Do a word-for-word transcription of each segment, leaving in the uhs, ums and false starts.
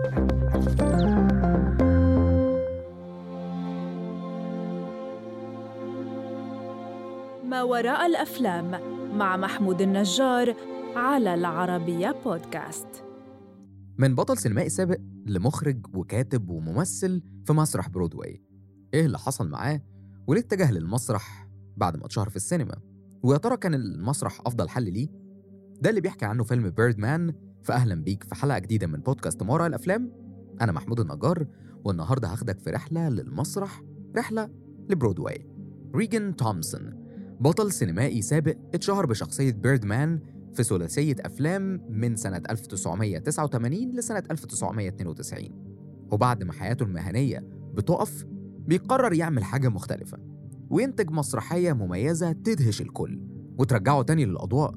ما وراء الأفلام مع محمود النجار على العربية بودكاست. من بطل سينمائي سابق لمخرج وكاتب وممثل في مسرح برودواي، إيه اللي حصل معاه وليه اتجه للمسرح بعد ما اتشهر في السينما؟ ويا ترى كان المسرح أفضل حل ليه؟ ده اللي بيحكي عنه فيلم بيردمان في أهلا بيك في حلقة جديدة من بودكاست ما وراء الأفلام. أنا محمود النجار، والنهاردة هاخدك في رحلة للمسرح، رحلة لبرودواي. ريغان تومسون بطل سينمائي سابق اتشهر بشخصية بيردمان في ثلاثية أفلام من سنة ألف وتسعمية وتسعة وتمانين لسنة ألف وتسعمية واتنين وتسعين، وبعد ما حياته المهنية بتقف بيقرر يعمل حاجة مختلفة وينتج مسرحية مميزة تدهش الكل وترجعه تاني للأضواء.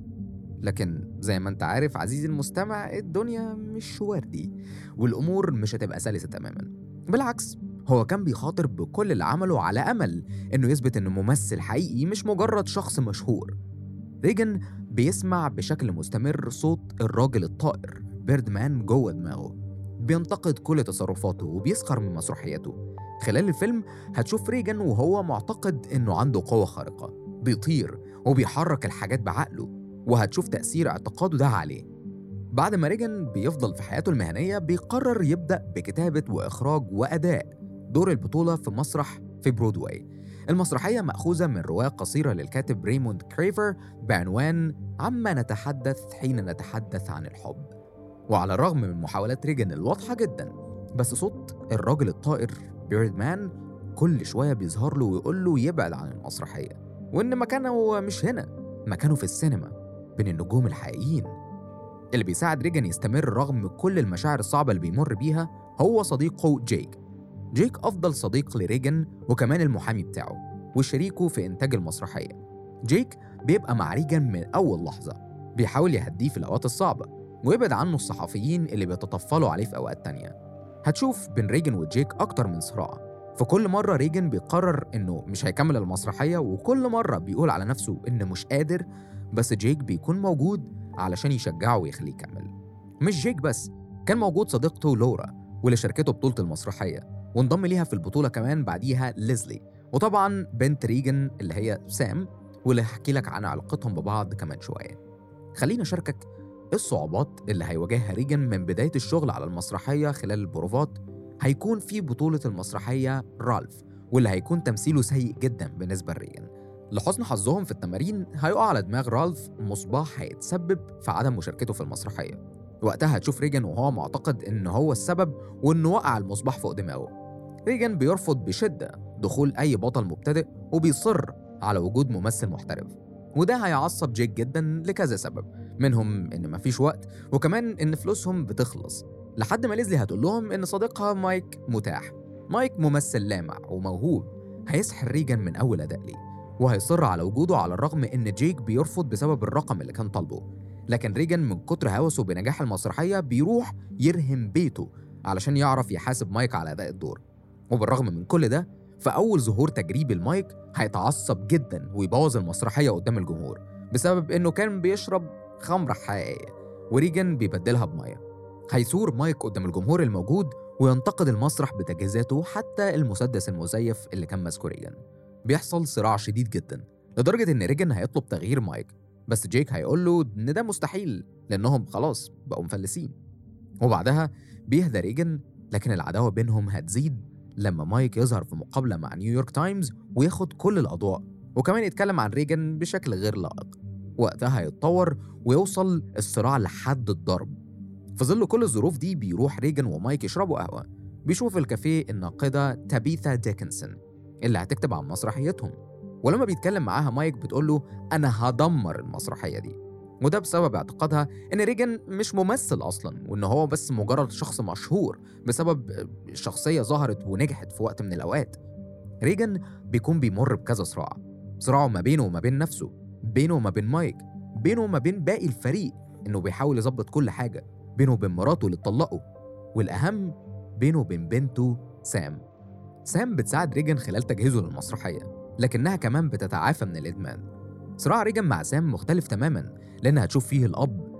لكن زي ما انت عارف عزيزي المستمع، الدنيا مش وردي والأمور مش هتبقى سلسة تماما. بالعكس، هو كان بيخاطر بكل اللي عمله على أمل إنه يثبت إنه ممثل حقيقي مش مجرد شخص مشهور. ريغان بيسمع بشكل مستمر صوت الراجل الطائر بيردمان جوه دماغه، بينتقد كل تصرفاته وبيسخر من مسرحياته. خلال الفيلم هتشوف ريغان وهو معتقد إنه عنده قوة خارقة، بيطير وبيحرك الحاجات بعقله، وهتشوف تأثير اعتقاده ده عليه. بعد ما ريغان بيفضل في حياته المهنية، بيقرر يبدأ بكتابة وإخراج وأداء دور البطولة في مسرح في برودواي. المسرحية مأخوذة من رواية قصيرة للكاتب ريموند كريفر بعنوان عما نتحدث حين نتحدث عن الحب. وعلى الرغم من محاولات ريغان الواضحة جدا، بس صوت الراجل الطائر بيردمان كل شوية بيظهر له ويقول له يبعد عن المسرحية، وإن مكانه مش هنا، مكانه في السينما بين النجوم الحقيقيين. اللي بيساعد ريغان يستمر رغم كل المشاعر الصعبة اللي بيمر بيها هو صديقه جيك. جيك أفضل صديق لريغان وكمان المحامي بتاعه وشريكه في إنتاج المسرحية. جيك بيبقى مع ريغان من أول لحظة، بيحاول يهديه في الأوقات الصعبة ويبعد عنه الصحفيين اللي بيتطفلوا عليه في أوقات تانية. هتشوف بين ريغان وجيك أكتر من صراع، فكل مرة ريغان بيقرر إنه مش هيكمل المسرحية، وكل مرة بيقول على نفسه إنه مش قادر، بس جيك بيكون موجود علشان يشجعه ويخليه يكمل. مش جيك بس، كان موجود صديقته لورا واللي شاركته بطولة المسرحية، وانضم ليها في البطولة كمان بعديها ليزلي، وطبعاً بنت ريغان اللي هي سام، واللي هحكي لك عن علاقتهم ببعض كمان شوية. خلينا أشاركك الصعوبات اللي هيواجهها ريغان من بداية الشغل على المسرحية. خلال البروفات هيكون في بطولة المسرحية رالف، واللي هيكون تمثيله سيء جدا بالنسبة لريغان. لحسن حظهم في التمارين هيقع على دماغ رالف مصباح هيتسبب في عدم مشاركته في المسرحية. وقتها هتشوف ريغان وهو معتقد إن هو السبب وإنه وقع المصباح فوق دماغه. ريغان بيرفض بشدة دخول أي بطل مبتدئ وبيصر على وجود ممثل محترف، وده هيعصب جيك جدا لكذا سبب، منهم إن مفيش وقت، وكمان إن فلوسهم بتخلص، لحد ما ليزلي هتقول لهم إن صديقها مايك متاح. مايك ممثل لامع وموهوب، هيسحر ريغان من أول أداء ليه، وهيصر على وجوده على الرغم إن جيك بيرفض بسبب الرقم اللي كان طالبه. لكن ريغان من كتر هوسه بنجاح المسرحية بيروح يرهن بيته علشان يعرف يحاسب مايك على أداء الدور. وبالرغم من كل ده، فأول ظهور تجريبي لمايك هيتعصب جدا ويبوظ المسرحية قدام الجمهور بسبب إنه كان بيشرب خمرة حقيقية وريغان بيبدلها بمية. هيثور مايك قدام الجمهور الموجود وينتقد المسرح بتجهيزاته، حتى المسدس المزيف اللي كان ماسكه ريغان. بيحصل صراع شديد جدا لدرجة إن ريغان هيطلب تغيير مايك، بس جيك هيقول له إن ده مستحيل لأنهم خلاص بقوا مفلسين. وبعدها بيهدى ريغان، لكن العداوة بينهم هتزيد لما مايك يظهر في مقابلة مع نيويورك تايمز وياخد كل الأضواء، وكمان يتكلم عن ريغان بشكل غير لائق. وقتها هيتطور ويوصل الصراع لحد الضرب. في ظل كل الظروف دي بيروح ريغان ومايك يشربوا قهوة. بيشوف في الكافيه الناقدة تابيثا ديكنسون اللي هتكتب عن مسرحيتهم، ولما بيتكلم معاها مايك بتقوله أنا هدمر المسرحية دي، وده بسبب اعتقادها إن ريغان مش ممثل أصلاً، وإن هو بس مجرد شخص مشهور بسبب شخصية ظهرت ونجحت في وقت من الأوقات. ريغان بيكون بيمر بكذا صراع، صراعه ما بينه وما بين نفسه، بينه وما بين مايك، بينه وما بين باقي الفريق إنه بيحاول يظبط كل حاجة، بينه وبين مراته اللي اتطلقوا، والأهم بينه وبين بنته سام. سام بتساعد ريغان خلال تجهيزه للمسرحية، لكنها كمان بتتعافى من الإدمان. صراع ريغان مع سام مختلف تماماً، لأنها هتشوف فيه الأب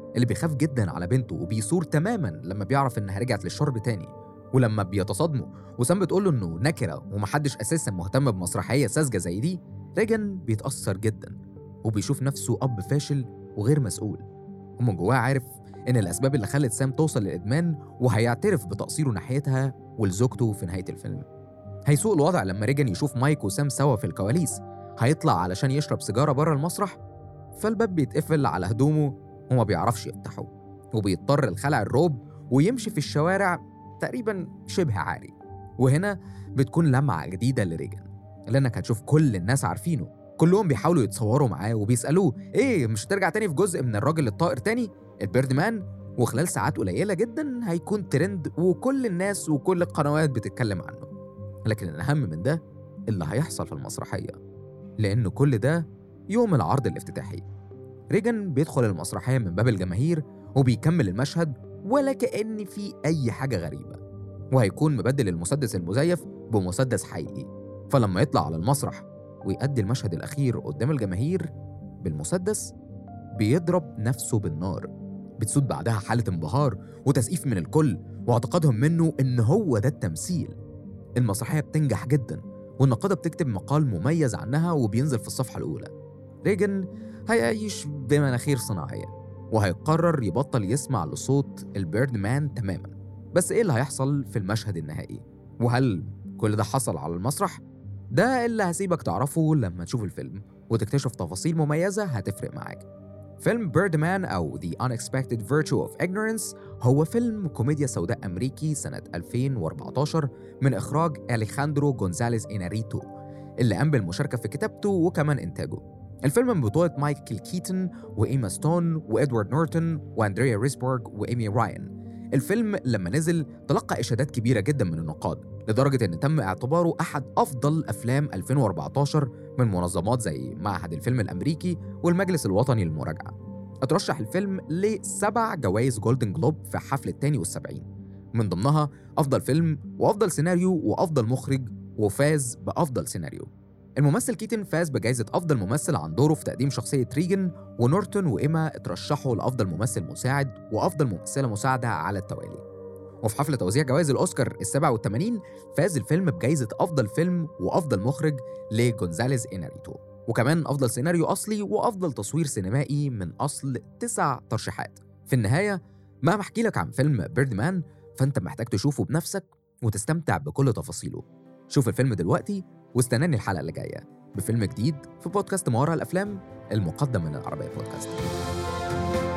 اللي بيخاف جدا على بنته وبيثور تماما لما بيعرف إنها رجعت للشرب تاني. ولما بيتصادموا وسام بتقوله إنه نكرة ومحدش أساسا مهتم بمسرحية ساذجة زي دي، ريجان بيتأثر جدا وبيشوف نفسه أب فاشل وغير مسؤول، ومن جواه عارف إن الأسباب اللي خلت سام توصل للإدمان، وهيعترف بتقصيره ناحيتها ولزوجته في نهاية الفيلم. هيسوء الوضع لما ريجان يشوف مايك وسام سوا في الكواليس، هيطلع علشان يشرب سيجارة بره المسرح، فالباب بيتقفل على هدومه وما بيعرفش يفتحه، وبيضطر لخلع الروب ويمشي في الشوارع تقريبا شبه عاري. وهنا بتكون لمعة جديدة لريجان، لأنك هتشوف كل الناس عارفينه، كلهم بيحاولوا يتصوروا معاه وبيسألوه إيه مش هترجع تاني في جزء من الراجل الطائر تاني البيرد مان؟ وخلال ساعات قليلة جدا هيكون ترند وكل الناس وكل القنوات بتتكلم عنه. لكن الأهم من ده اللي هيحصل في المسرحية، لأن كل ده يوم العرض الافتتاحي. ريجان بيدخل المسرحية من باب الجماهير وبيكمل المشهد ولا كأن في أي حاجة غريبة، وهيكون مبدل المسدس المزيف بمسدس حقيقي. فلما يطلع على المسرح ويأدي المشهد الأخير قدام الجماهير بالمسدس، بيضرب نفسه بالنار. بتسود بعدها حالة انبهار وتسقيف من الكل واعتقادهم منه إن هو ده التمثيل. المسرحية بتنجح جدا والناقدة بتكتب مقال مميز عنها وبينزل في الصفحة الأولى. ريجان هيعيش بمناخير صناعية وهيقرر يبطل يسمع لصوت البيرد مان تماما. بس إيه اللي هيحصل في المشهد النهائي؟ وهل كل ده حصل على المسرح؟ ده اللي هسيبك تعرفه لما تشوف الفيلم وتكتشف تفاصيل مميزة هتفرق معاك. فيلم بيردمان أو The Unexpected Virtue of Ignorance هو فيلم كوميديا سوداء أمريكي سنة ألفين وأربعتاشر من إخراج أليخاندرو غونزاليز إناريتو، اللي قام بالمشاركة في كتابته وكمان إنتاجه. الفيلم من بطولة مايكل كيتون وإيما ستون وإدوارد نورتون وأندريا ريسبورغ وإيمي راين. الفيلم لما نزل تلقى إشادات كبيرة جدا من النقاد، لدرجة إن تم اعتباره أحد أفضل أفلام ألفين وأربعتاشر من منظمات زي معهد الفيلم الأمريكي والمجلس الوطني للمراجعة. اترشح الفيلم لسبع جوائز جولدن جلوب في حفل الثاني والسبعين، من ضمنها أفضل فيلم وأفضل سيناريو وأفضل مخرج، وفاز بأفضل سيناريو. الممثل كيتن فاز بجائزة أفضل ممثل عن دوره في تقديم شخصية ريجان، ونورتون وإيما اترشحوا لأفضل ممثل مساعد وأفضل ممثلة مساعدة على التوالي. وفي حفل توزيع جوائز الأوسكار السابع والثمانين فاز الفيلم بجائزة أفضل فيلم وأفضل مخرج لغونزاليز إناريتو، وكمان أفضل سيناريو أصلي وأفضل تصوير سينمائي من أصل تسع ترشيحات. في النهاية مهما أحكي لك عن فيلم بيردمان فأنت محتاج تشوفه بنفسك وتستمتع بكل تفاصيله. شوف الفيلم دلوقتي واستناني الحلقة اللي جاية بفيلم جديد في بودكاست ما وراء الأفلام المقدم من العربية بودكاست.